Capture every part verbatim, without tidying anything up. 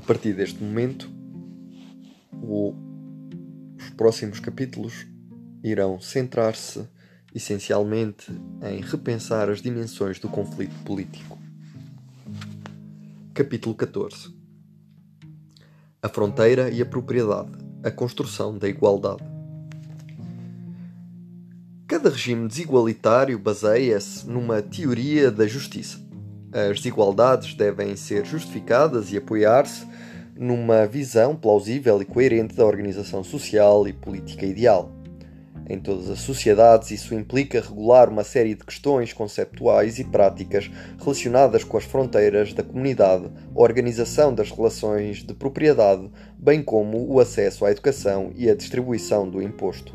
partir deste momento, o, os próximos capítulos irão centrar-se essencialmente em repensar as dimensões do conflito político. Capítulo catorze. A fronteira e a propriedade, a construção da igualdade. Cada regime desigualitário baseia-se numa teoria da justiça. As desigualdades devem ser justificadas e apoiar-se numa visão plausível e coerente da organização social e política ideal. Em todas as sociedades, isso implica regular uma série de questões conceptuais e práticas relacionadas com as fronteiras da comunidade, a organização das relações de propriedade, bem como o acesso à educação e a distribuição do imposto.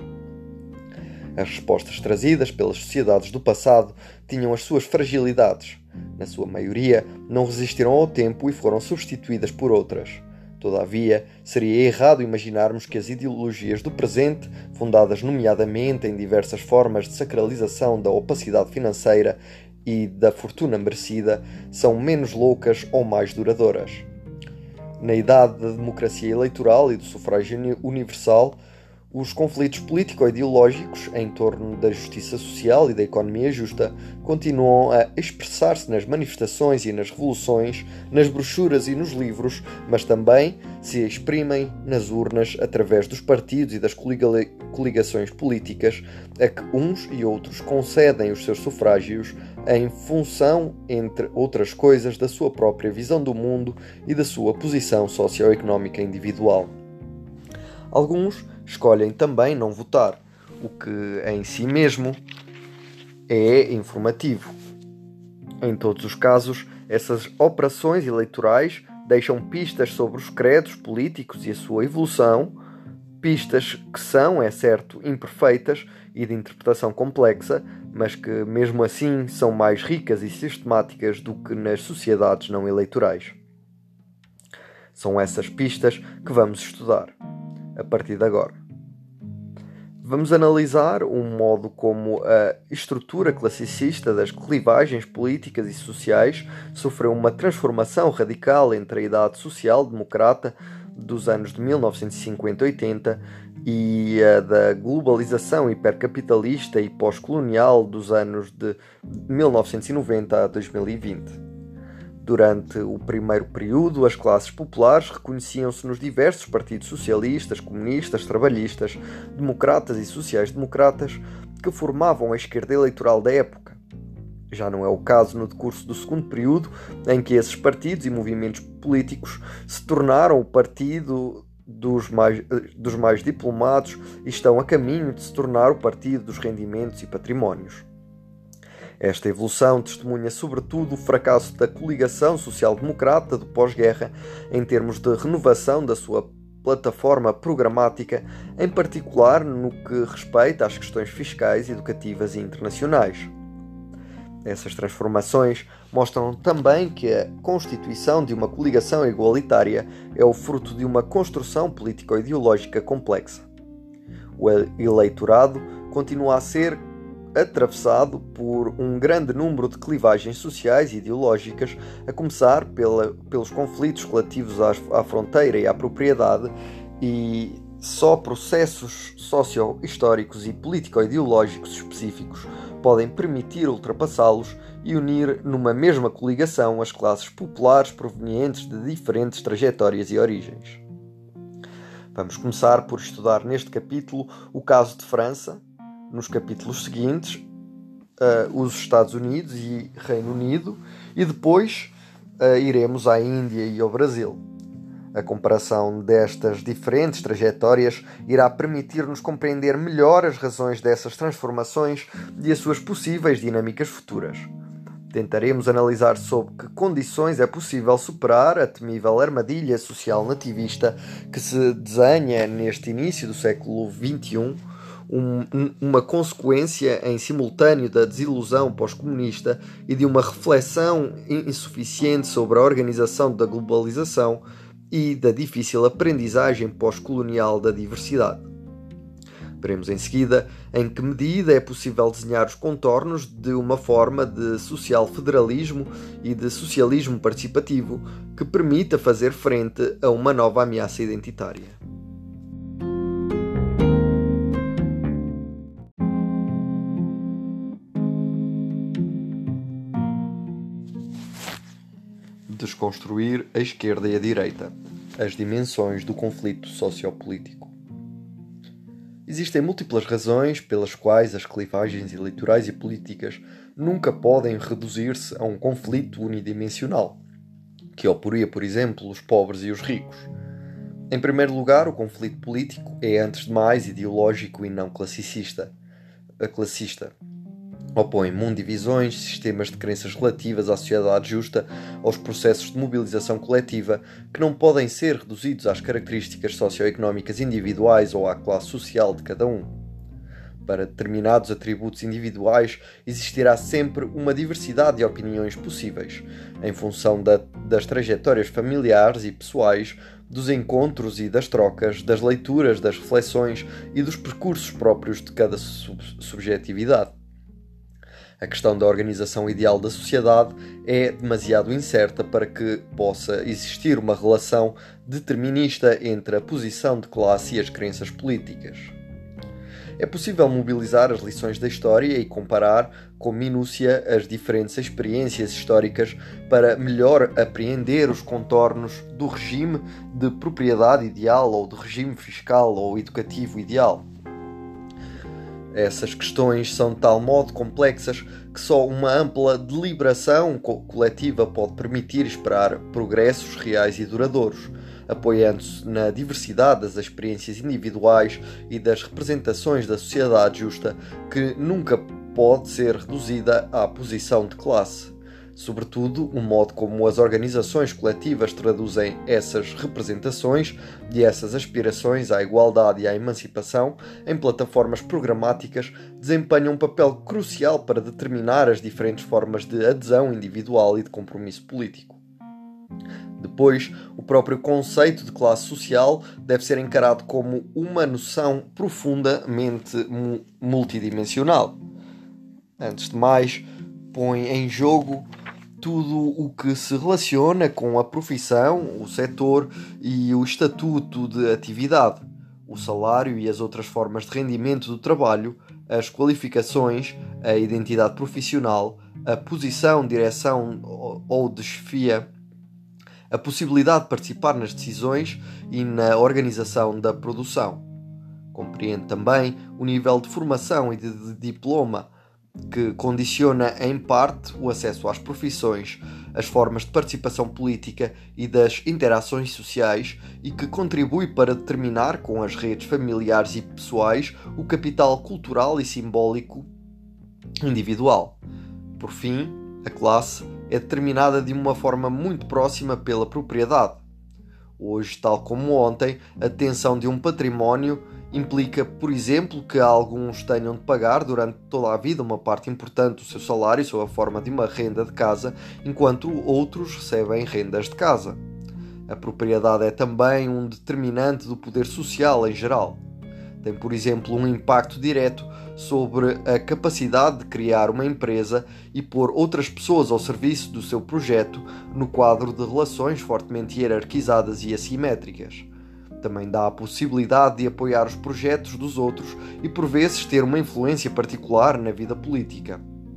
As respostas trazidas pelas sociedades do passado tinham as suas fragilidades. Na sua maioria, não resistiram ao tempo e foram substituídas por outras. Todavia, seria errado imaginarmos que as ideologias do presente, fundadas nomeadamente em diversas formas de sacralização da opacidade financeira e da fortuna merecida, são menos loucas ou mais duradouras. Na idade da democracia eleitoral e do sufrágio universal, os conflitos político-ideológicos em torno da justiça social e da economia justa continuam a expressar-se nas manifestações e nas revoluções, nas brochuras e nos livros, mas também se exprimem nas urnas através dos partidos e das coligações políticas a que uns e outros concedem os seus sufrágios em função, entre outras coisas, da sua própria visão do mundo e da sua posição socioeconómica individual. Alguns escolhem também não votar, o que em si mesmo é informativo. Em todos os casos, essas operações eleitorais deixam pistas sobre os credos políticos e a sua evolução, pistas que são, é certo, imperfeitas e de interpretação complexa, mas que mesmo assim são mais ricas e sistemáticas do que nas sociedades não eleitorais. São essas pistas que vamos estudar a partir de agora. Vamos analisar o modo como a estrutura classicista das clivagens políticas e sociais sofreu uma transformação radical entre a idade social-democrata dos anos de mil novecentos e cinquenta a oitenta e a da globalização hipercapitalista e pós-colonial dos anos de mil novecentos e noventa a dois mil e vinte. Durante o primeiro período, as classes populares reconheciam-se nos diversos partidos socialistas, comunistas, trabalhistas, democratas e sociais-democratas que formavam a esquerda eleitoral da época. Já não é o caso no decurso do segundo período, em que esses partidos e movimentos políticos se tornaram o partido dos mais, dos mais diplomados e estão a caminho de se tornar o partido dos rendimentos e patrimónios. Esta evolução testemunha sobretudo o fracasso da coligação social-democrata do pós-guerra em termos de renovação da sua plataforma programática, em particular no que respeita às questões fiscais, educativas e internacionais. Essas transformações mostram também que a constituição de uma coligação igualitária é o fruto de uma construção político-ideológica complexa. O eleitorado continua a ser atravessado por um grande número de clivagens sociais e ideológicas, a começar pela, pelos conflitos relativos às, à fronteira e à propriedade, e só processos socio-históricos e político-ideológicos específicos podem permitir ultrapassá-los e unir numa mesma coligação as classes populares provenientes de diferentes trajetórias e origens. Vamos começar por estudar neste capítulo o caso de França. Nos capítulos seguintes, uh, os Estados Unidos e Reino Unido, e depois uh, iremos à Índia e ao Brasil. A comparação destas diferentes trajetórias irá permitir-nos compreender melhor as razões dessas transformações e as suas possíveis dinâmicas futuras. Tentaremos analisar sob que condições é possível superar a temível armadilha social nativista que se desenha neste início do século vinte e um, Um, uma consequência em simultâneo da desilusão pós-comunista e de uma reflexão insuficiente sobre a organização da globalização e da difícil aprendizagem pós-colonial da diversidade. Veremos em seguida em que medida é possível desenhar os contornos de uma forma de social federalismo e de socialismo participativo que permita fazer frente a uma nova ameaça identitária. Desconstruir a esquerda e a direita. As dimensões do conflito sociopolítico. Existem múltiplas razões pelas quais as clivagens eleitorais e políticas nunca podem reduzir-se a um conflito unidimensional, que oporia, por exemplo, os pobres e os ricos. Em primeiro lugar, o conflito político é, antes de mais, ideológico e não classicista. A classista opõe mundivisões, sistemas de crenças relativas à sociedade justa, aos processos de mobilização coletiva, que não podem ser reduzidos às características socioeconómicas individuais ou à classe social de cada um. Para determinados atributos individuais, existirá sempre uma diversidade de opiniões possíveis, em função da, das trajetórias familiares e pessoais, dos encontros e das trocas, das leituras, das reflexões e dos percursos próprios de cada sub- subjetividade. A questão da organização ideal da sociedade é demasiado incerta para que possa existir uma relação determinista entre a posição de classe e as crenças políticas. É possível mobilizar as lições da história e comparar com minúcia as diferentes experiências históricas para melhor apreender os contornos do regime de propriedade ideal ou do regime fiscal ou educativo ideal. Essas questões são de tal modo complexas que só uma ampla deliberação coletiva pode permitir esperar progressos reais e duradouros, apoiando-se na diversidade das experiências individuais e das representações da sociedade justa, que nunca pode ser reduzida à posição de classe. Sobretudo, o modo como as organizações coletivas traduzem essas representações e essas aspirações à igualdade e à emancipação em plataformas programáticas desempenha um papel crucial para determinar as diferentes formas de adesão individual e de compromisso político. Depois, o próprio conceito de classe social deve ser encarado como uma noção profundamente multidimensional. Antes de mais, põe em jogo tudo o que se relaciona com a profissão, o setor e o estatuto de atividade, o salário e as outras formas de rendimento do trabalho, as qualificações, a identidade profissional, a posição, direção ou desfia, a possibilidade de participar nas decisões e na organização da produção. Compreende também o nível de formação e de, de diploma, que condiciona em parte o acesso às profissões, as formas de participação política e das interações sociais e que contribui para determinar com as redes familiares e pessoais o capital cultural e simbólico individual. Por fim, a classe é determinada de uma forma muito próxima pela propriedade. Hoje, tal como ontem, a detenção de um património implica, por exemplo, que alguns tenham de pagar durante toda a vida uma parte importante do seu salário sob a forma de uma renda de casa, enquanto outros recebem rendas de casa. A propriedade é também um determinante do poder social em geral. Tem, por exemplo, um impacto direto sobre a capacidade de criar uma empresa e pôr outras pessoas ao serviço do seu projeto no quadro de relações fortemente hierarquizadas e assimétricas. Também dá a possibilidade de apoiar os projetos dos outros e, por vezes, ter uma influência particular na vida política.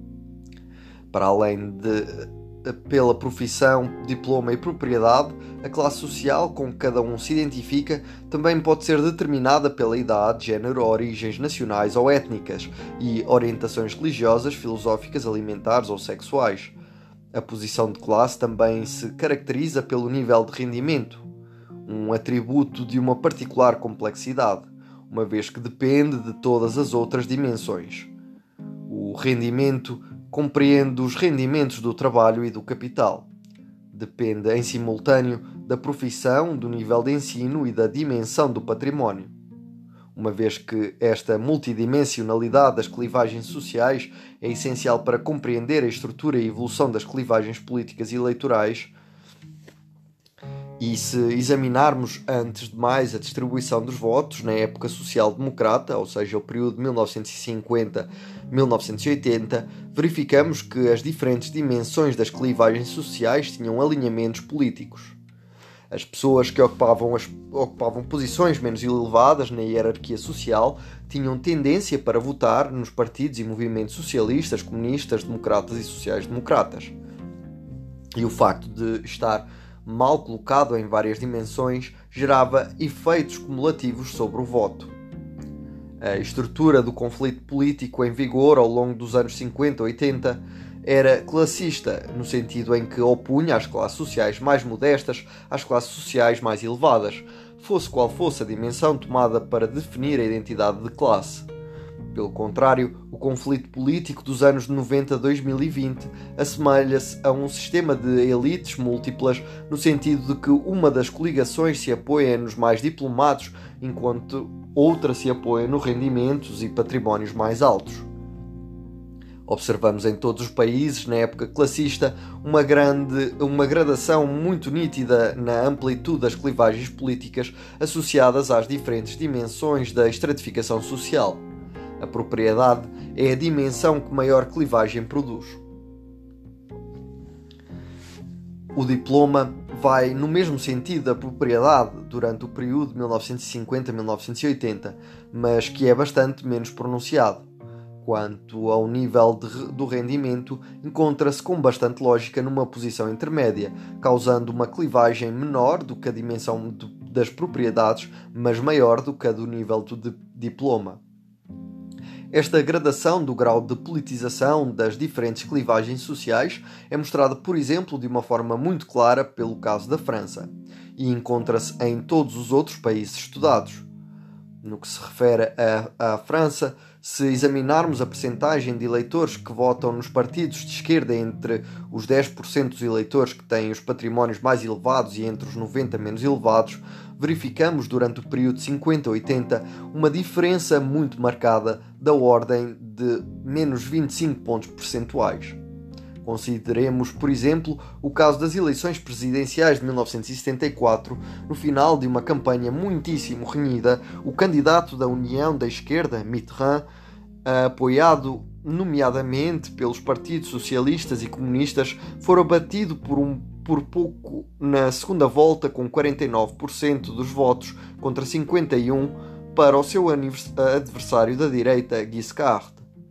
Para além de pela profissão, diploma e propriedade, a classe social com que cada um se identifica também pode ser determinada pela idade, género, origens nacionais ou étnicas e orientações religiosas, filosóficas, alimentares ou sexuais. A posição de classe também se caracteriza pelo nível de rendimento, um atributo de uma particular complexidade, uma vez que depende de todas as outras dimensões. O rendimento compreende os rendimentos do trabalho e do capital. Depende em simultâneo da profissão, do nível de ensino e da dimensão do património. Uma vez que esta multidimensionalidade das clivagens sociais é essencial para compreender a estrutura e evolução das clivagens políticas e eleitorais, E se examinarmos, antes de mais, a distribuição dos votos na época social-democrata, ou seja, o período de mil novecentos e cinquenta a mil novecentos e oitenta, verificamos que as diferentes dimensões das clivagens sociais tinham alinhamentos políticos. As pessoas que ocupavam, as, ocupavam posições menos elevadas na hierarquia social tinham tendência para votar nos partidos e movimentos socialistas, comunistas, democratas e sociais-democratas. E o facto de estar mal colocado em várias dimensões gerava efeitos cumulativos sobre o voto. A estrutura do conflito político em vigor ao longo dos anos cinquenta a oitenta era classista, no sentido em que opunha as classes sociais mais modestas às classes sociais mais elevadas, fosse qual fosse a dimensão tomada para definir a identidade de classe. Pelo contrário, o conflito político dos anos noventa a dois mil e vinte assemelha-se a um sistema de elites múltiplas, no sentido de que uma das coligações se apoia nos mais diplomados, enquanto outra se apoia nos rendimentos e patrimónios mais altos. Observamos em todos os países, na época classista, uma, grande, uma gradação muito nítida na amplitude das clivagens políticas associadas às diferentes dimensões da estratificação social. A propriedade é a dimensão que maior clivagem produz. O diploma vai no mesmo sentido da propriedade durante o período de mil novecentos e cinquenta a mil novecentos e oitenta, mas que é bastante menos pronunciado. Quanto ao nível de, do rendimento, encontra-se com bastante lógica numa posição intermédia, causando uma clivagem menor do que a dimensão de, das propriedades, mas maior do que a do nível do de, diploma. Esta gradação do grau de politização das diferentes clivagens sociais é mostrada, por exemplo, de uma forma muito clara pelo caso da França, e encontra-se em todos os outros países estudados. No que se refere à França, se examinarmos a percentagem de eleitores que votam nos partidos de esquerda entre os dez por cento dos eleitores que têm os patrimónios mais elevados e entre os noventa por cento menos elevados, verificamos durante o período de cinquenta a oitenta uma diferença muito marcada da ordem de menos vinte e cinco pontos percentuais. Consideremos, por exemplo, o caso das eleições presidenciais de mil novecentos e setenta e quatro. No final de uma campanha muitíssimo renhida, o candidato da União da Esquerda, Mitterrand, apoiado nomeadamente pelos partidos socialistas e comunistas, foi abatido por, um, por pouco na segunda volta com quarenta e nove por cento dos votos contra cinquenta e um por cento para o seu adversário da direita, Giscard.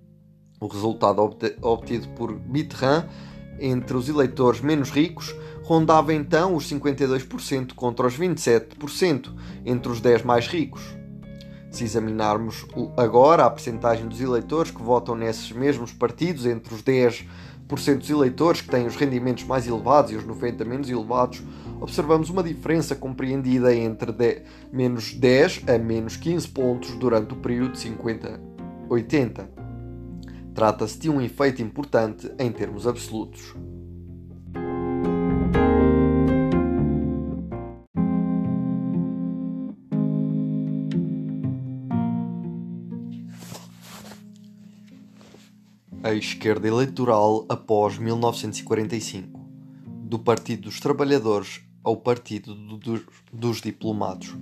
O resultado obtido por Mitterrand entre os eleitores menos ricos rondava então os cinquenta e dois por cento contra os vinte e sete por cento entre os dez mais ricos. Se examinarmos agora a percentagem dos eleitores que votam nesses mesmos partidos entre os dez por cento dos eleitores que têm os rendimentos mais elevados e os noventa por cento menos elevados, observamos uma diferença compreendida entre menos dez a menos quinze pontos durante o período de cinquenta a oitenta. Trata-se de um efeito importante em termos absolutos. A esquerda eleitoral após mil novecentos e quarenta e cinco, do Partido dos Trabalhadores ao Partido do, do, dos Diplomados.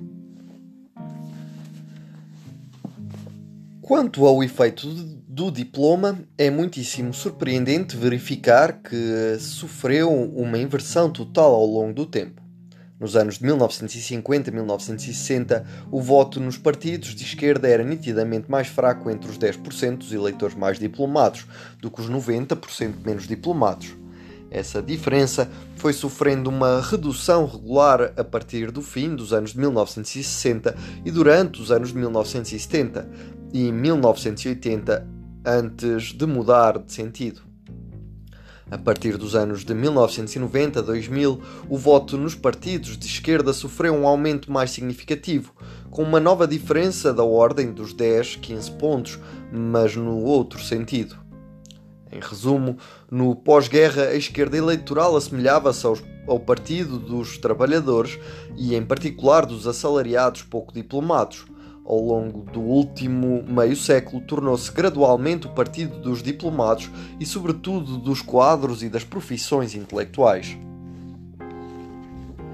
Quanto ao efeito do diploma, é muitíssimo surpreendente verificar que sofreu uma inversão total ao longo do tempo. Nos anos de mil novecentos e cinquenta a mil novecentos e sessenta, o voto nos partidos de esquerda era nitidamente mais fraco entre os dez por cento dos eleitores mais diplomados do que os noventa por cento menos diplomados. Essa diferença foi sofrendo uma redução regular a partir do fim dos anos de mil novecentos e sessenta e durante os anos de mil novecentos e setenta e mil novecentos e oitenta, antes de mudar de sentido. A partir dos anos de mil novecentos e noventa a dois mil, o voto nos partidos de esquerda sofreu um aumento mais significativo, com uma nova diferença da ordem dos dez, quinze pontos, mas no outro sentido. Em resumo, no pós-guerra, a esquerda eleitoral assemelhava-se ao Partido dos Trabalhadores e, em particular, dos assalariados pouco diplomados. Ao longo do último meio século, tornou-se gradualmente o partido dos diplomados e, sobretudo, dos quadros e das profissões intelectuais.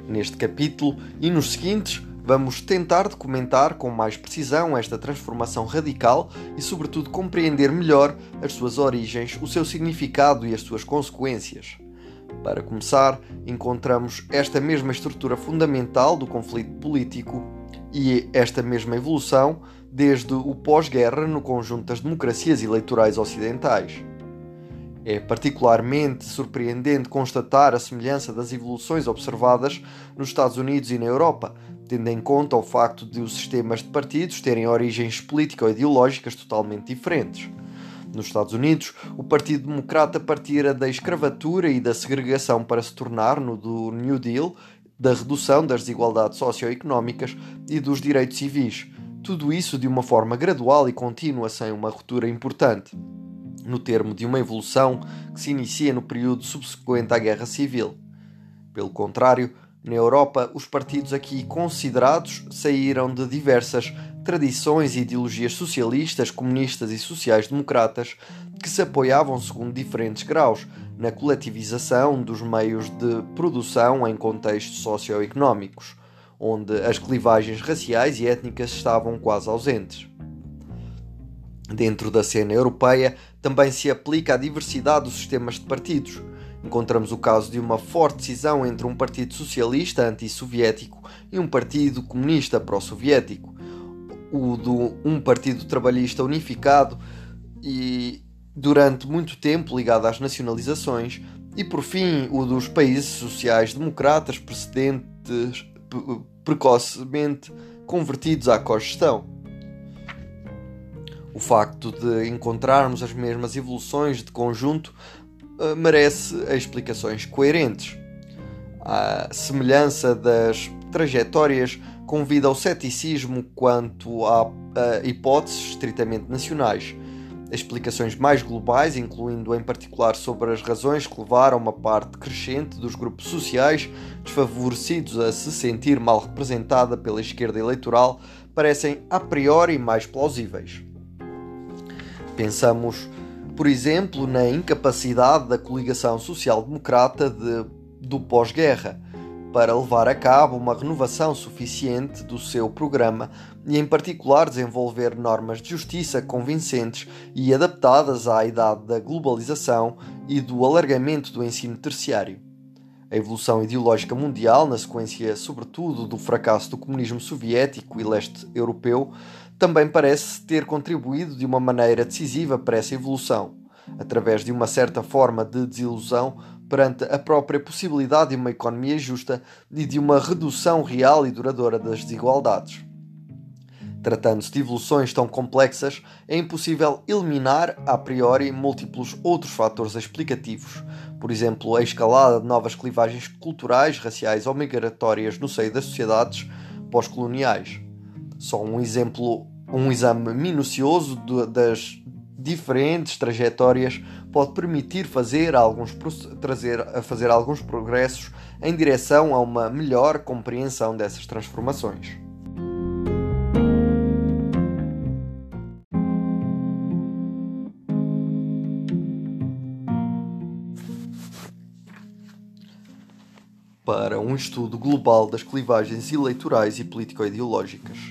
Neste capítulo e nos seguintes, vamos tentar documentar com mais precisão esta transformação radical e, sobretudo, compreender melhor as suas origens, o seu significado e as suas consequências. Para começar, encontramos esta mesma estrutura fundamental do conflito político e esta mesma evolução desde o pós-guerra no conjunto das democracias eleitorais ocidentais. É particularmente surpreendente constatar a semelhança das evoluções observadas nos Estados Unidos e na Europa, tendo em conta o facto de os sistemas de partidos terem origens político-ideológicas totalmente diferentes. Nos Estados Unidos, o Partido Democrata partira da escravatura e da segregação para se tornar no do New Deal, da redução das desigualdades socioeconómicas e dos direitos civis. Tudo isso de uma forma gradual e contínua, sem uma ruptura importante, no termo de uma evolução que se inicia no período subsequente à Guerra Civil. Pelo contrário, na Europa, os partidos aqui considerados saíram de diversas tradições e ideologias socialistas, comunistas e sociais-democratas que se apoiavam, segundo diferentes graus, na coletivização dos meios de produção em contextos socioeconómicos, onde as clivagens raciais e étnicas estavam quase ausentes. Dentro da cena europeia, também se aplica a diversidade dos sistemas de partidos. Encontramos o caso de uma forte cisão entre um partido socialista anti-soviético e um partido comunista pró-soviético, o do um partido trabalhista unificado e durante muito tempo ligado às nacionalizações, e por fim o dos países sociais-democratas precedentes precocemente convertidos à cogestão. O facto de encontrarmos as mesmas evoluções de conjunto uh, merece explicações coerentes. A semelhança das trajetórias convida ao ceticismo quanto a, a hipóteses estritamente nacionais. Explicações mais globais, incluindo em particular sobre as razões que levaram uma parte crescente dos grupos sociais desfavorecidos a se sentir mal representada pela esquerda eleitoral, parecem a priori mais plausíveis. Pensamos, por exemplo, na incapacidade da coligação social-democrata de, do pós-guerra para levar a cabo uma renovação suficiente do seu programa e, em particular, desenvolver normas de justiça convincentes e adaptadas à idade da globalização e do alargamento do ensino terciário. A evolução ideológica mundial, na sequência sobretudo do fracasso do comunismo soviético e leste europeu, também parece ter contribuído de uma maneira decisiva para essa evolução, através de uma certa forma de desilusão perante a própria possibilidade de uma economia justa e de uma redução real e duradoura das desigualdades. Tratando-se de evoluções tão complexas, é impossível eliminar a priori múltiplos outros fatores explicativos, por exemplo, a escalada de novas clivagens culturais, raciais ou migratórias no seio das sociedades pós-coloniais. Só um exemplo, um exame minucioso de, das diferentes trajetórias pode permitir fazer alguns, trazer a fazer alguns progressos em direção a uma melhor compreensão dessas transformações. Para um estudo global das clivagens eleitorais e político-ideológicas.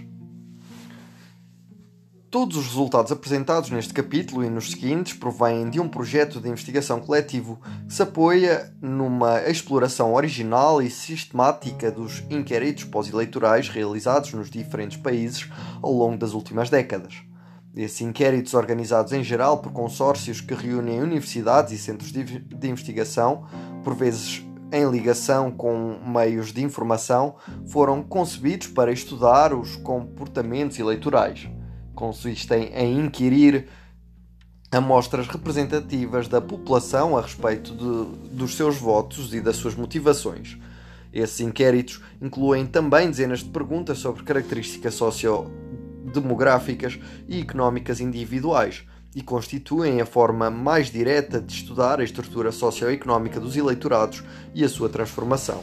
Todos os resultados apresentados neste capítulo e nos seguintes provêm de um projeto de investigação coletivo que se apoia numa exploração original e sistemática dos inquéritos pós-eleitorais realizados nos diferentes países ao longo das últimas décadas. Esses inquéritos, organizados em geral por consórcios que reúnem universidades e centros de investigação, por vezes em ligação com meios de informação, foram concebidos para estudar os comportamentos eleitorais. Consistem em inquirir amostras representativas da população a respeito de, dos seus votos e das suas motivações. Esses inquéritos incluem também dezenas de perguntas sobre características sociodemográficas e económicas individuais e constituem a forma mais direta de estudar a estrutura socioeconómica dos eleitorados e a sua transformação.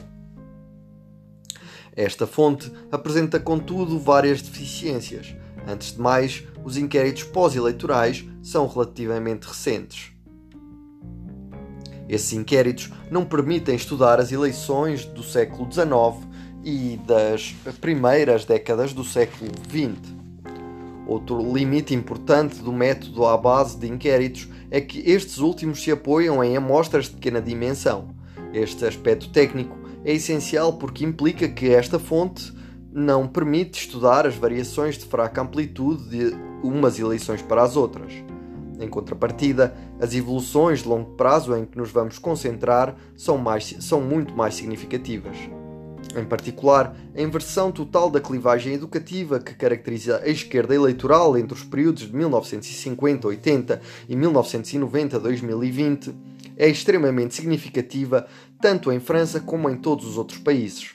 Esta fonte apresenta, contudo, várias deficiências. Antes de mais, os inquéritos pós-eleitorais são relativamente recentes. Esses inquéritos não permitem estudar as eleições do século dezenove e das primeiras décadas do século vinte. Outro limite importante do método à base de inquéritos é que estes últimos se apoiam em amostras de pequena dimensão. Este aspecto técnico é essencial porque implica que esta fonte não permite estudar as variações de fraca amplitude de umas eleições para as outras. Em contrapartida, as evoluções de longo prazo em que nos vamos concentrar são, mais, são muito mais significativas. Em particular, a inversão total da clivagem educativa que caracteriza a esquerda eleitoral entre os períodos de mil novecentos e cinquenta a oitenta e mil novecentos e noventa a dois mil e vinte é extremamente significativa tanto em França como em todos os outros países.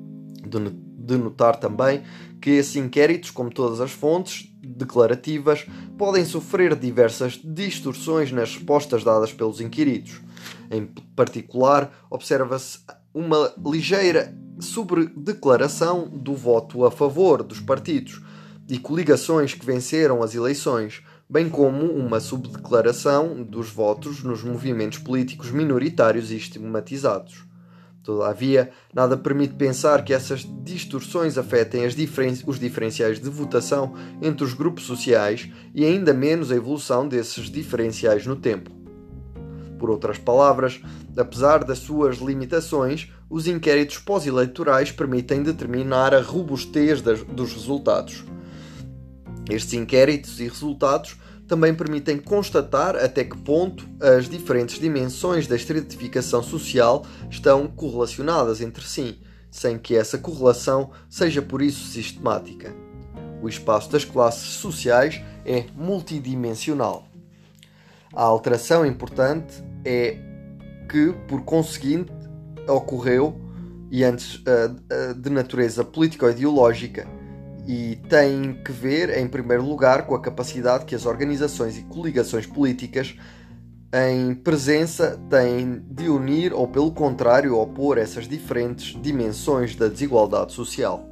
De notar também que esses inquéritos, como todas as fontes declarativas, podem sofrer diversas distorções nas respostas dadas pelos inquiridos. Em particular, observa-se uma ligeira sobredeclaração do voto a favor dos partidos e coligações que venceram as eleições, bem como uma subdeclaração dos votos nos movimentos políticos minoritários e estigmatizados. Todavia, nada permite pensar que essas distorções afetem as diferen- os diferenciais de votação entre os grupos sociais e ainda menos a evolução desses diferenciais no tempo. Por outras palavras, apesar das suas limitações, os inquéritos pós-eleitorais permitem determinar a robustez das, dos resultados. Estes inquéritos e resultados também permitem constatar até que ponto as diferentes dimensões da estratificação social estão correlacionadas entre si, sem que essa correlação seja por isso sistemática. O espaço das classes sociais é multidimensional. A alteração importante é que, por conseguinte, ocorreu, e antes de natureza político-ideológica, e tem que ver, em primeiro lugar, com a capacidade que as organizações e coligações políticas em presença têm de unir ou, pelo contrário, opor essas diferentes dimensões da desigualdade social.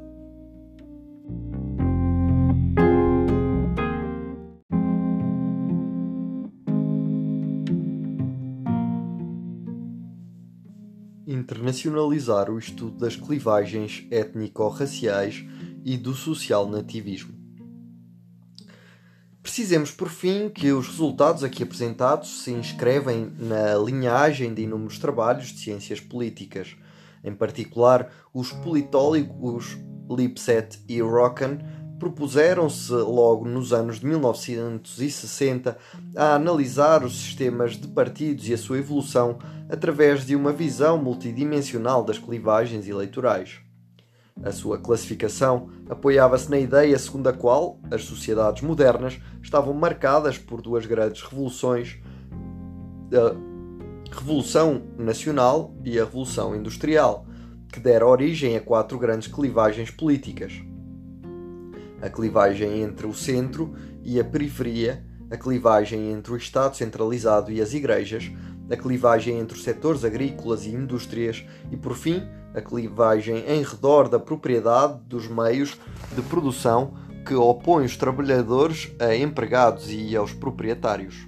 Internacionalizar o estudo das clivagens étnico-raciais e do social nativismo. Precisemos, por fim, que os resultados aqui apresentados se inscrevem na linhagem de inúmeros trabalhos de ciências políticas. Em particular, os politólogos Lipset e Roccan propuseram-se logo nos anos de mil novecentos e sessenta a analisar os sistemas de partidos e a sua evolução através de uma visão multidimensional das clivagens eleitorais. A sua classificação apoiava-se na ideia segundo a qual as sociedades modernas estavam marcadas por duas grandes revoluções, a Revolução Nacional e a Revolução Industrial, que deram origem a quatro grandes clivagens políticas. A clivagem entre o centro e a periferia, a clivagem entre o Estado centralizado e as igrejas, a clivagem entre os setores agrícolas e indústrias e, por fim, a clivagem em redor da propriedade dos meios de produção que opõe os trabalhadores a empregados e aos proprietários.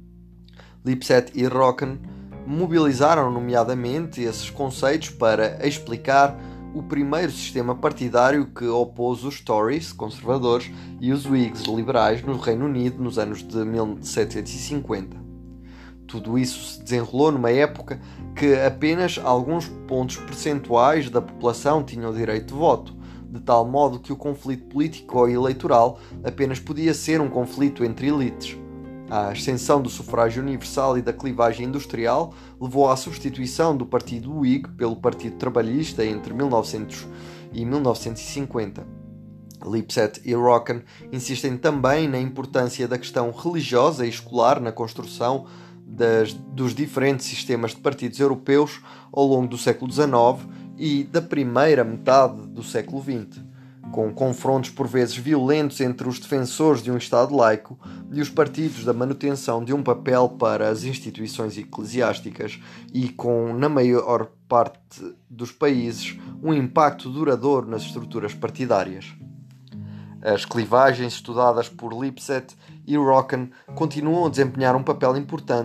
Lipset e Roccan mobilizaram nomeadamente esses conceitos para explicar o primeiro sistema partidário que opôs os Tories, conservadores, e os Whigs, liberais, no Reino Unido nos anos de mil setecentos e cinquenta. Tudo isso se desenrolou numa época que apenas alguns pontos percentuais da população tinham direito de voto, de tal modo que o conflito político ou eleitoral apenas podia ser um conflito entre elites. A ascensão do sufrágio universal e da clivagem industrial levou à substituição do Partido Whig pelo Partido Trabalhista entre mil e novecentos e mil novecentos e cinquenta. Lipset e Roccan insistem também na importância da questão religiosa e escolar na construção das, dos diferentes sistemas de partidos europeus ao longo do século dezenove e da primeira metade do século vinte, com confrontos por vezes violentos entre os defensores de um Estado laico e os partidos da manutenção de um papel para as instituições eclesiásticas e com, na maior parte dos países, um impacto duradouro nas estruturas partidárias. As clivagens estudadas por Lipset e Roccan continuam a desempenhar um papel importante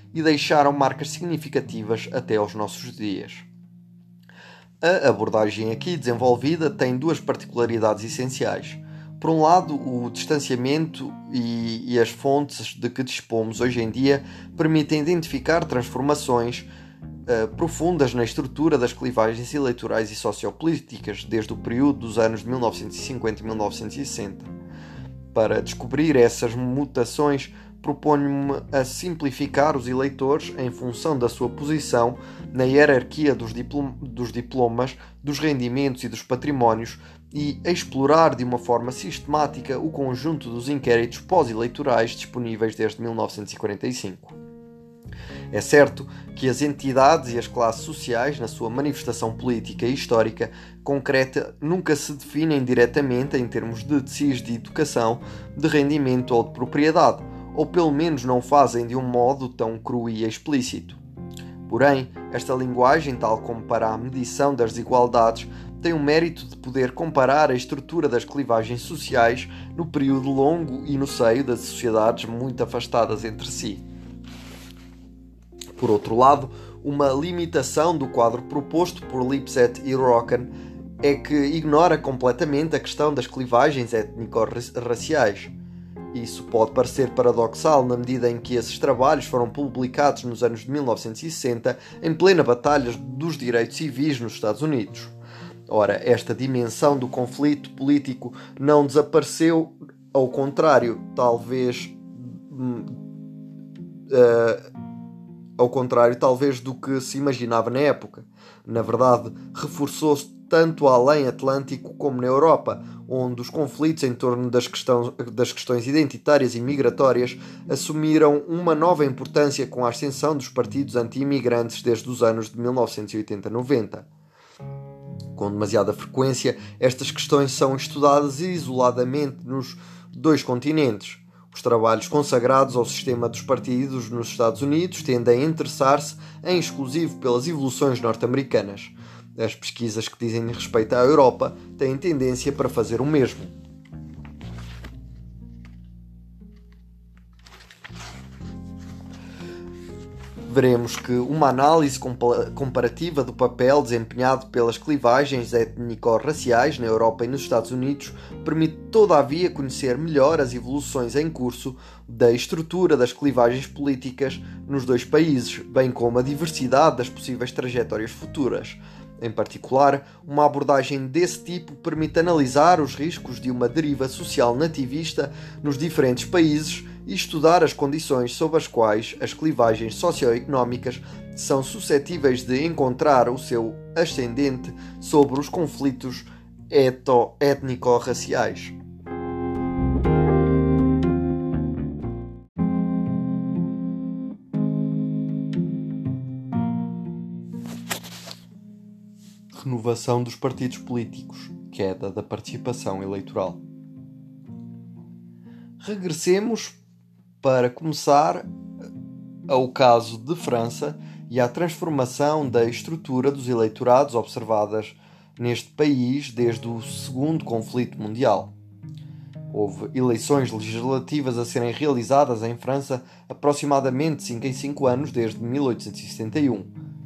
e deixaram marcas significativas até aos nossos dias. A abordagem aqui desenvolvida tem duas particularidades essenciais. Por um lado, o distanciamento e, e as fontes de que dispomos hoje em dia permitem identificar transformações uh, profundas na estrutura das clivagens eleitorais e sociopolíticas desde o período dos anos de mil novecentos e cinquenta e mil novecentos e sessenta. Para descobrir essas mutações, proponho-me a simplificar os eleitores em função da sua posição na hierarquia dos, diplom- dos diplomas, dos rendimentos e dos patrimónios e a explorar de uma forma sistemática o conjunto dos inquéritos pós-eleitorais disponíveis desde mil novecentos e quarenta e cinco. É certo que as entidades e as classes sociais, na sua manifestação política e histórica concreta, nunca se definem diretamente em termos de decis de educação, de rendimento ou de propriedade, ou pelo menos não fazem de um modo tão cru e explícito. Porém, esta linguagem, tal como para a medição das desigualdades, tem o mérito de poder comparar a estrutura das clivagens sociais no período longo e no seio das sociedades muito afastadas entre si. Por outro lado, uma limitação do quadro proposto por Lipset e Rocken é que ignora completamente a questão das clivagens étnico-raciais. Isso pode parecer paradoxal na medida em que esses trabalhos foram publicados nos anos de mil novecentos e sessenta, em plena batalha dos direitos civis nos Estados Unidos. Ora, esta dimensão do conflito político não desapareceu, ao contrário, talvez... Uh, ao contrário, talvez, do que se imaginava na época. Na verdade, reforçou-se tanto além Atlântico como na Europa, onde os conflitos em torno das, questão, das questões identitárias e migratórias assumiram uma nova importância com a ascensão dos partidos anti-imigrantes desde os anos de mil novecentos e oitenta a noventa. Com demasiada frequência, estas questões são estudadas isoladamente nos dois continentes. Os trabalhos consagrados ao sistema dos partidos nos Estados Unidos tendem a interessar-se em exclusivo pelas evoluções norte-americanas. As pesquisas que dizem respeito à Europa têm tendência para fazer o mesmo. Veremos que uma análise comparativa do papel desempenhado pelas clivagens étnico-raciais na Europa e nos Estados Unidos permite, todavia, conhecer melhor as evoluções em curso da estrutura das clivagens políticas nos dois países, bem como a diversidade das possíveis trajetórias futuras. Em particular, uma abordagem desse tipo permite analisar os riscos de uma deriva social nativista nos diferentes países e estudar as condições sob as quais as clivagens socioeconómicas são suscetíveis de encontrar o seu ascendente sobre os conflitos étnico-raciais. Renovação dos partidos políticos, queda da participação eleitoral. Regressemos, para começar, ao caso de França e à transformação da estrutura dos eleitorados observadas neste país desde o segundo conflito mundial. Houve eleições legislativas a serem realizadas em França aproximadamente cinco em cinco anos desde mil oitocentos e setenta e um.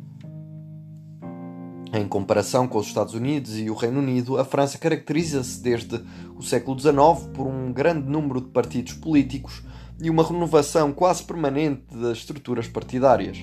Em comparação com os Estados Unidos e o Reino Unido, a França caracteriza-se desde o século dezenove por um grande número de partidos políticos e uma renovação quase permanente das estruturas partidárias.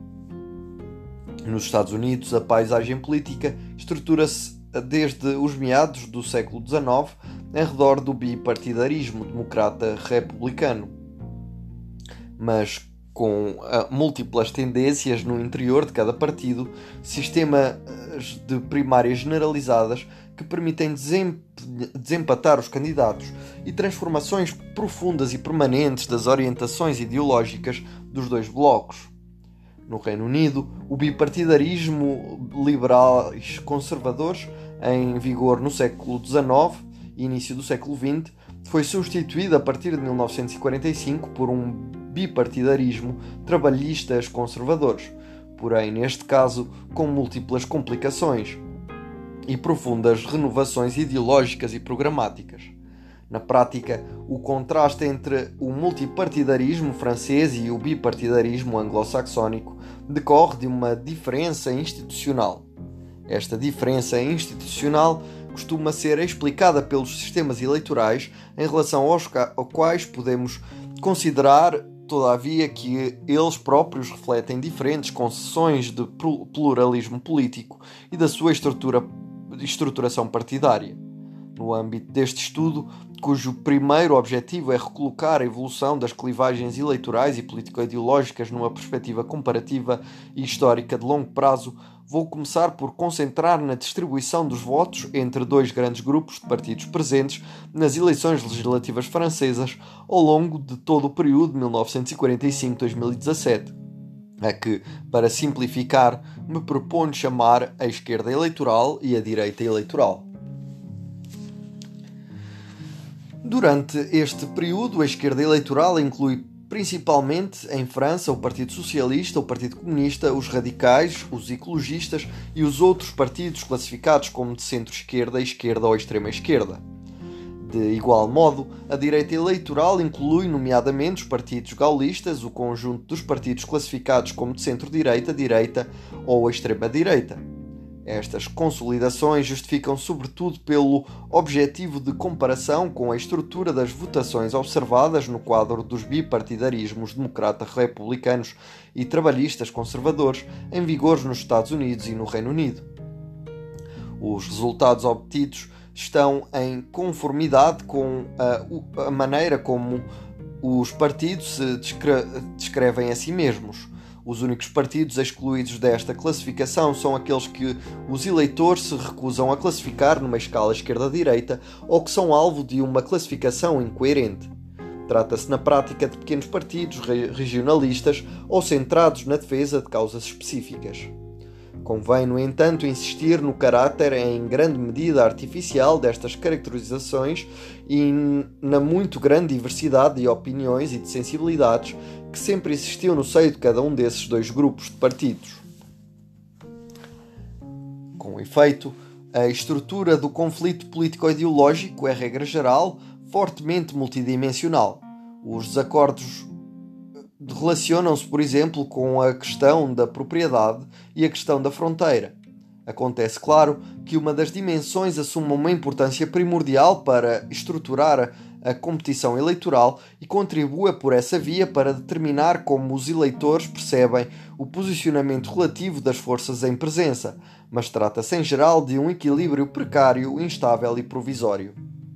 Nos Estados Unidos, a paisagem política estrutura-se desde os meados do século dezenove em redor do bipartidarismo democrata-republicano, mas com uh, múltiplas tendências no interior de cada partido, sistemas de primárias generalizadas que permitem desempatar os candidatos e transformações profundas e permanentes das orientações ideológicas dos dois blocos. No Reino Unido, o bipartidarismo liberais conservadores, em vigor no século dezenove e início do século vinte, foi substituído a partir de mil novecentos e quarenta e cinco por um bipartidarismo trabalhistas conservadores, porém neste caso com múltiplas complicações e profundas renovações ideológicas e programáticas. Na prática, o contraste entre o multipartidarismo francês e o bipartidarismo anglo-saxónico decorre de uma diferença institucional. Esta diferença institucional costuma ser explicada pelos sistemas eleitorais em relação aos quais podemos considerar, todavia, que eles próprios refletem diferentes concessões de pluralismo político e da sua estrutura, estruturação partidária. No âmbito deste estudo, cujo primeiro objetivo é recolocar a evolução das clivagens eleitorais e político-ideológicas numa perspectiva comparativa e histórica de longo prazo, vou começar por concentrar na distribuição dos votos entre dois grandes grupos de partidos presentes nas eleições legislativas francesas ao longo de todo o período de mil novecentos e quarenta e cinco a dois mil e dezassete, a que, para simplificar, me proponho chamar a esquerda eleitoral e a direita eleitoral. Durante este período, a esquerda eleitoral inclui principalmente em França o Partido Socialista, o Partido Comunista, os radicais, os ecologistas e os outros partidos classificados como de centro-esquerda, esquerda ou extrema-esquerda. De igual modo, a direita eleitoral inclui nomeadamente os partidos gaullistas, o conjunto dos partidos classificados como de centro-direita, direita ou extrema-direita. Estas consolidações justificam sobretudo pelo objetivo de comparação com a estrutura das votações observadas no quadro dos bipartidarismos democrata-republicanos e trabalhistas-conservadores em vigor nos Estados Unidos e no Reino Unido. Os resultados obtidos estão em conformidade com a, a maneira como os partidos se descre- descrevem a si mesmos. Os únicos partidos excluídos desta classificação são aqueles que os eleitores se recusam a classificar numa escala esquerda-direita ou que são alvo de uma classificação incoerente. Trata-se na prática de pequenos partidos regionalistas ou centrados na defesa de causas específicas. Convém, no entanto, insistir no caráter em grande medida artificial destas caracterizações e na muito grande diversidade de opiniões e de sensibilidades que sempre existiu no seio de cada um desses dois grupos de partidos. Com efeito, a estrutura do conflito político-ideológico é, regra geral, fortemente multidimensional. Os desacordos relacionam-se, por exemplo, com a questão da propriedade e a questão da fronteira. Acontece, claro, que uma das dimensões assume uma importância primordial para estruturar a competição eleitoral e contribua por essa via para determinar como os eleitores percebem o posicionamento relativo das forças em presença, mas trata-se em geral de um equilíbrio precário, instável e provisório.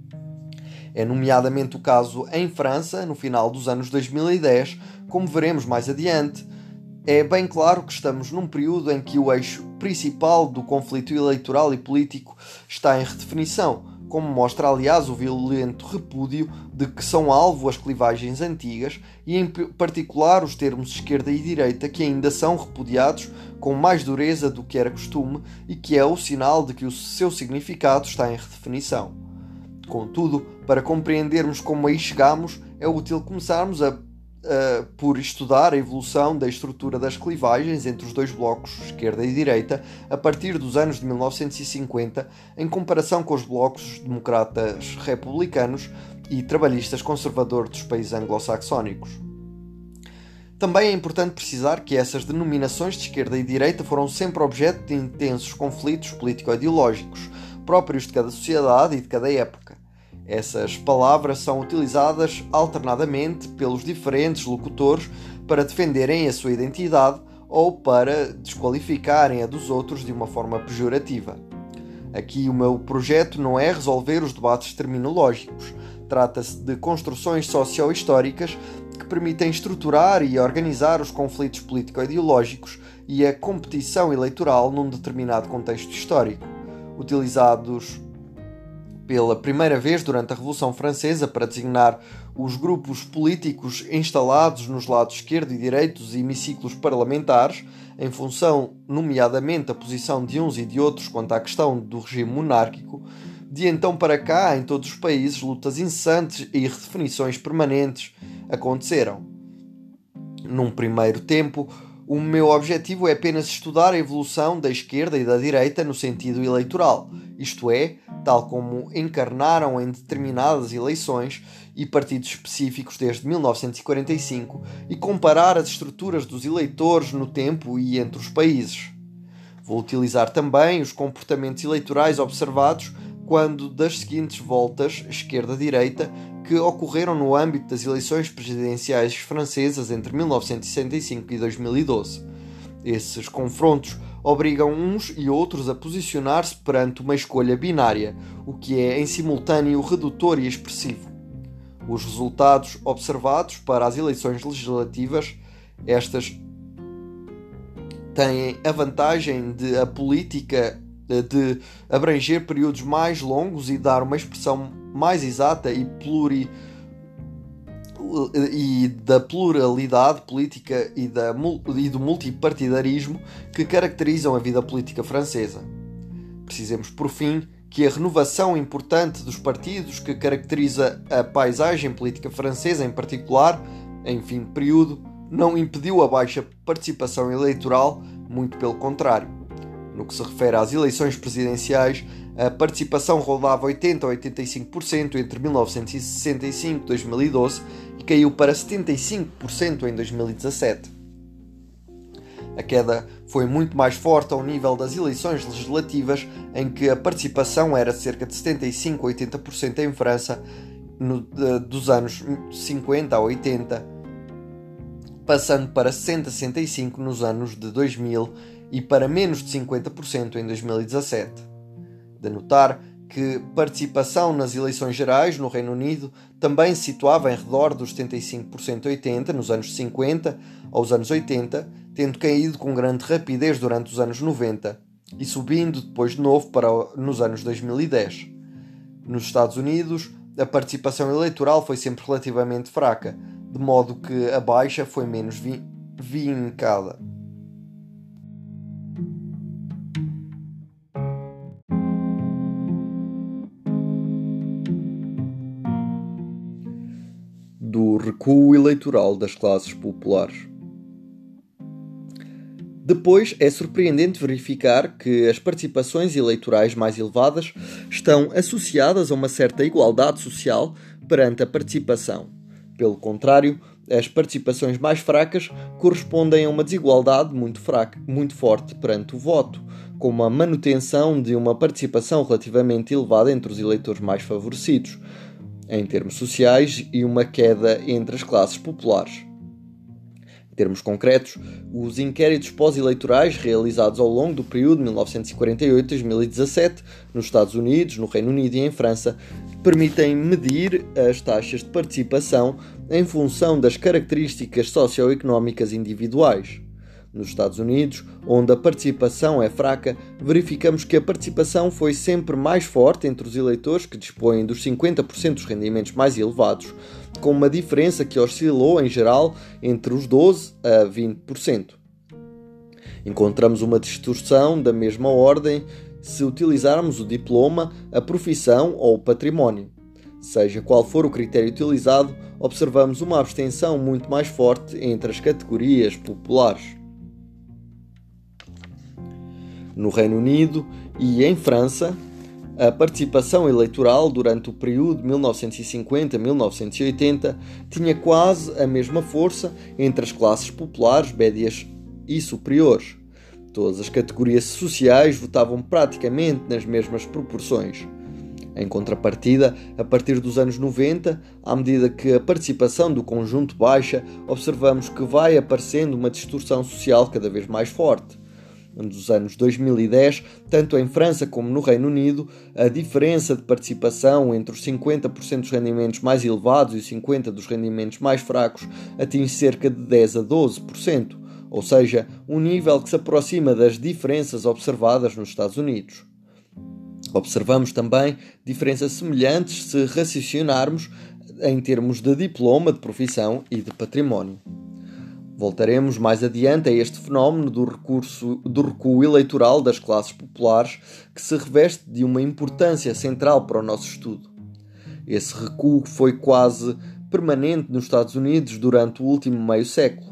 É nomeadamente o caso em França, no final dos anos dois mil e dez, como veremos mais adiante. É bem claro que estamos num período em que o eixo principal do conflito eleitoral e político está em redefinição, como mostra, aliás, o violento repúdio de que são alvo as clivagens antigas e, em particular, os termos esquerda e direita, que ainda são repudiados com mais dureza do que era costume e que é o sinal de que o seu significado está em redefinição. Contudo, para compreendermos como aí chegamos, é útil começarmos a Uh, por estudar a evolução da estrutura das clivagens entre os dois blocos, esquerda e direita, a partir dos anos de mil novecentos e cinquenta, em comparação com os blocos democratas republicanos e trabalhistas conservadores dos países anglo-saxónicos. Também é importante precisar que essas denominações de esquerda e direita foram sempre objeto de intensos conflitos político-ideológicos, próprios de cada sociedade e de cada época. Essas palavras são utilizadas alternadamente pelos diferentes locutores para defenderem a sua identidade ou para desqualificarem a dos outros de uma forma pejorativa. Aqui o meu projeto não é resolver os debates terminológicos. Trata-se de construções socio-históricas que permitem estruturar e organizar os conflitos político-ideológicos e a competição eleitoral num determinado contexto histórico, utilizados pela primeira vez durante a Revolução Francesa para designar os grupos políticos instalados nos lados esquerdo e direito dos hemiciclos parlamentares, em função, nomeadamente, da posição de uns e de outros quanto à questão do regime monárquico. De então para cá, em todos os países, lutas incessantes e redefinições permanentes aconteceram. Num primeiro tempo, o meu objetivo é apenas estudar a evolução da esquerda e da direita no sentido eleitoral, isto é, tal como encarnaram em determinadas eleições e partidos específicos desde mil novecentos e quarenta e cinco, e comparar as estruturas dos eleitores no tempo e entre os países. Vou utilizar também os comportamentos eleitorais observados quando das seguintes voltas esquerda-direita que ocorreram no âmbito das eleições presidenciais francesas entre mil novecentos e sessenta e cinco e dois mil e doze. Esses confrontos obrigam uns e outros a posicionar-se perante uma escolha binária, o que é em simultâneo redutor e expressivo. Os resultados observados para as eleições legislativas, estas têm a vantagem de a política de abranger períodos mais longos e dar uma expressão mais exata e, pluri, e da pluralidade política e, da, e do multipartidarismo que caracterizam a vida política francesa. Precisemos, por fim, que a renovação importante dos partidos que caracteriza a paisagem política francesa em particular, em fim de período, não impediu a baixa participação eleitoral, muito pelo contrário. No que se refere às eleições presidenciais, a participação rondava oitenta a oitenta e cinco por cento entre mil novecentos e sessenta e cinco e dois mil e doze e caiu para setenta e cinco por cento em dois mil e dezassete. A queda foi muito mais forte ao nível das eleições legislativas, em que a participação era cerca de setenta e cinco a oitenta por cento em França no, de, dos anos cinquenta a oitenta, passando para sessenta a sessenta e cinco por cento nos anos de dois mil e para menos de cinquenta por cento em dois mil e dezassete. De notar que participação nas eleições gerais no Reino Unido também se situava em redor dos setenta e cinco por cento oitenta nos anos cinquenta aos anos oitenta, tendo caído com grande rapidez durante os anos noventa e subindo depois de novo para nos anos dois mil e dez. Nos Estados Unidos, a participação eleitoral foi sempre relativamente fraca, de modo que a baixa foi menos vi- vincada. Do recuo eleitoral das classes populares. Depois, é surpreendente verificar que as participações eleitorais mais elevadas estão associadas a uma certa igualdade social perante a participação. Pelo contrário, as participações mais fracas correspondem a uma desigualdade muito fraca, muito forte perante o voto, com uma manutenção de uma participação relativamente elevada entre os eleitores mais favorecidos, em termos sociais, e uma queda entre as classes populares. Em termos concretos, os inquéritos pós-eleitorais realizados ao longo do período mil novecentos e quarenta e oito a dois mil e dezassete, nos Estados Unidos, no Reino Unido e em França, permitem medir as taxas de participação em função das características socioeconómicas individuais. Nos Estados Unidos, onde a participação é fraca, verificamos que a participação foi sempre mais forte entre os eleitores que dispõem dos cinquenta por cento dos rendimentos mais elevados, com uma diferença que oscilou em geral entre os doze por cento a vinte por cento. Encontramos uma distorção da mesma ordem se utilizarmos o diploma, a profissão ou o património. Seja qual for o critério utilizado, observamos uma abstenção muito mais forte entre as categorias populares. No Reino Unido e em França, a participação eleitoral durante o período mil novecentos e cinquenta a mil novecentos e oitenta tinha quase a mesma força entre as classes populares, médias e superiores. Todas as categorias sociais votavam praticamente nas mesmas proporções. Em contrapartida, a partir dos anos noventa, à medida que a participação do conjunto baixa, observamos que vai aparecendo uma distorção social cada vez mais forte. Nos anos dois mil e dez, tanto em França como no Reino Unido, a diferença de participação entre os cinquenta por cento dos rendimentos mais elevados e os cinquenta por cento dos rendimentos mais fracos atinge cerca de dez a doze por cento, ou seja, um nível que se aproxima das diferenças observadas nos Estados Unidos. Observamos também diferenças semelhantes se raciocinarmos em termos de diploma, de profissão e de património. Voltaremos mais adiante a este fenómeno do, recurso, do recuo eleitoral das classes populares, que se reveste de uma importância central para o nosso estudo. Esse recuo foi quase permanente nos Estados Unidos durante o último meio século.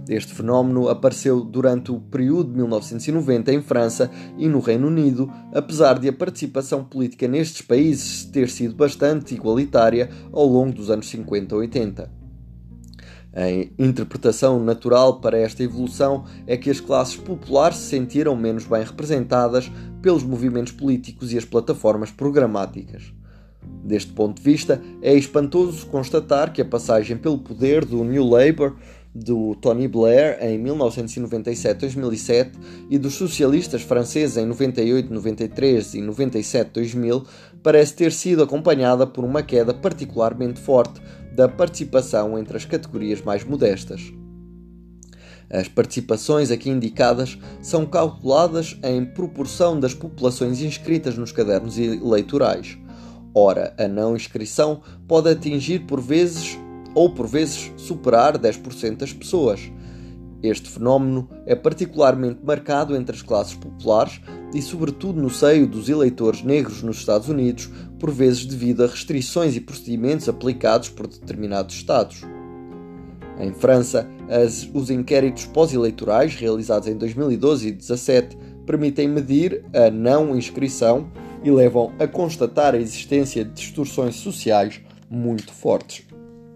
Este fenómeno apareceu durante o período de mil novecentos e noventa em França e no Reino Unido, apesar de a participação política nestes países ter sido bastante igualitária ao longo dos anos cinquenta e oitenta. A interpretação natural para esta evolução é que as classes populares se sentiram menos bem representadas pelos movimentos políticos e as plataformas programáticas. Deste ponto de vista, é espantoso constatar que a passagem pelo poder do New Labour, do Tony Blair em mil novecentos e noventa e sete a dois mil e sete e dos socialistas franceses em noventa e oito, noventa e três e noventa e sete a dois mil parece ter sido acompanhada por uma queda particularmente forte da participação entre as categorias mais modestas. As participações aqui indicadas são calculadas em proporção das populações inscritas nos cadernos eleitorais. Ora, a não inscrição pode atingir por vezes ou por vezes superar dez por cento das pessoas. Este fenómeno é particularmente marcado entre as classes populares e sobretudo no seio dos eleitores negros nos Estados Unidos, por vezes devido a restrições e procedimentos aplicados por determinados Estados. Em França, as, os inquéritos pós-eleitorais realizados em dois mil e doze e dois mil e dezassete permitem medir a não inscrição e levam a constatar a existência de distorções sociais muito fortes.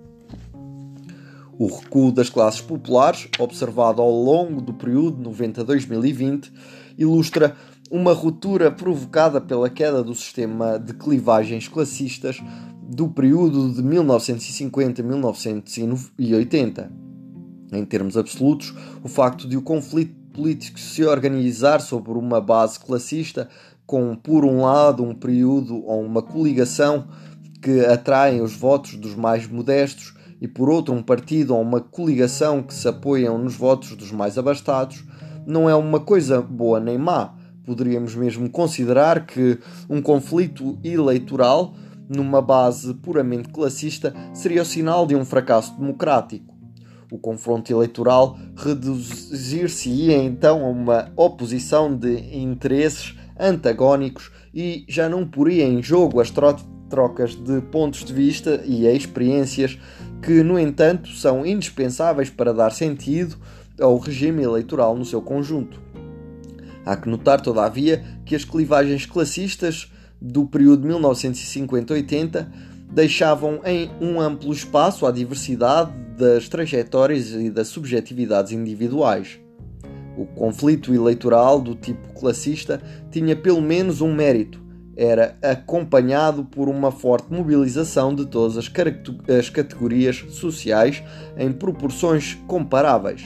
O recuo das classes populares, observado ao longo do período noventa a dois mil e vinte, ilustra uma ruptura provocada pela queda do sistema de clivagens classistas do período de mil novecentos e cinquenta a mil novecentos e oitenta. Em termos absolutos, o facto de o conflito político se organizar sobre uma base classista, com, por um lado, um período ou uma coligação que atraem os votos dos mais modestos e, por outro, um partido ou uma coligação que se apoiam nos votos dos mais abastados, não é uma coisa boa nem má. Poderíamos mesmo considerar que um conflito eleitoral, numa base puramente classista, seria o sinal de um fracasso democrático. O confronto eleitoral reduzir-se-ia então a uma oposição de interesses antagónicos e já não poria em jogo as tro- trocas de pontos de vista e experiências que, no entanto, são indispensáveis para dar sentido ao regime eleitoral no seu conjunto. Há que notar, todavia, que as clivagens classistas do período de mil novecentos e cinquenta a oitenta deixavam em um amplo espaço à diversidade das trajetórias e das subjetividades individuais. O conflito eleitoral do tipo classista tinha pelo menos um mérito: era acompanhado por uma forte mobilização de todas as, as categorias sociais em proporções comparáveis.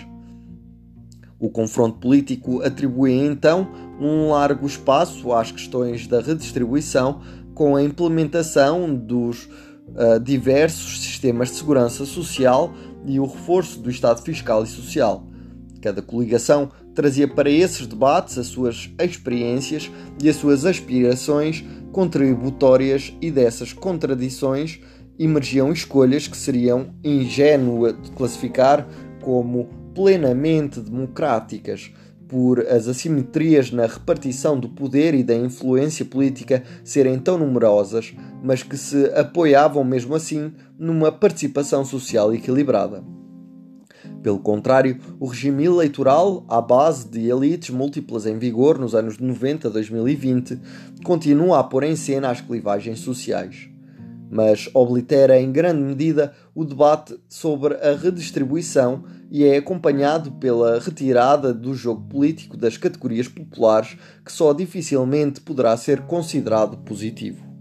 O confronto político atribuía então um largo espaço às questões da redistribuição, com a implementação dos uh, diversos sistemas de segurança social e o reforço do Estado fiscal e social. Cada coligação trazia para esses debates as suas experiências e as suas aspirações contributórias, e dessas contradições emergiam escolhas que seriam ingênuas de classificar como plenamente democráticas, por as assimetrias na repartição do poder e da influência política serem tão numerosas, mas que se apoiavam mesmo assim numa participação social equilibrada. Pelo contrário, o regime eleitoral, à base de elites múltiplas em vigor nos anos noventa a dois mil e vinte, continua a pôr em cena as clivagens sociais, mas oblitera em grande medida o debate sobre a redistribuição e é acompanhado pela retirada do jogo político das categorias populares, que só dificilmente poderá ser considerado positivo.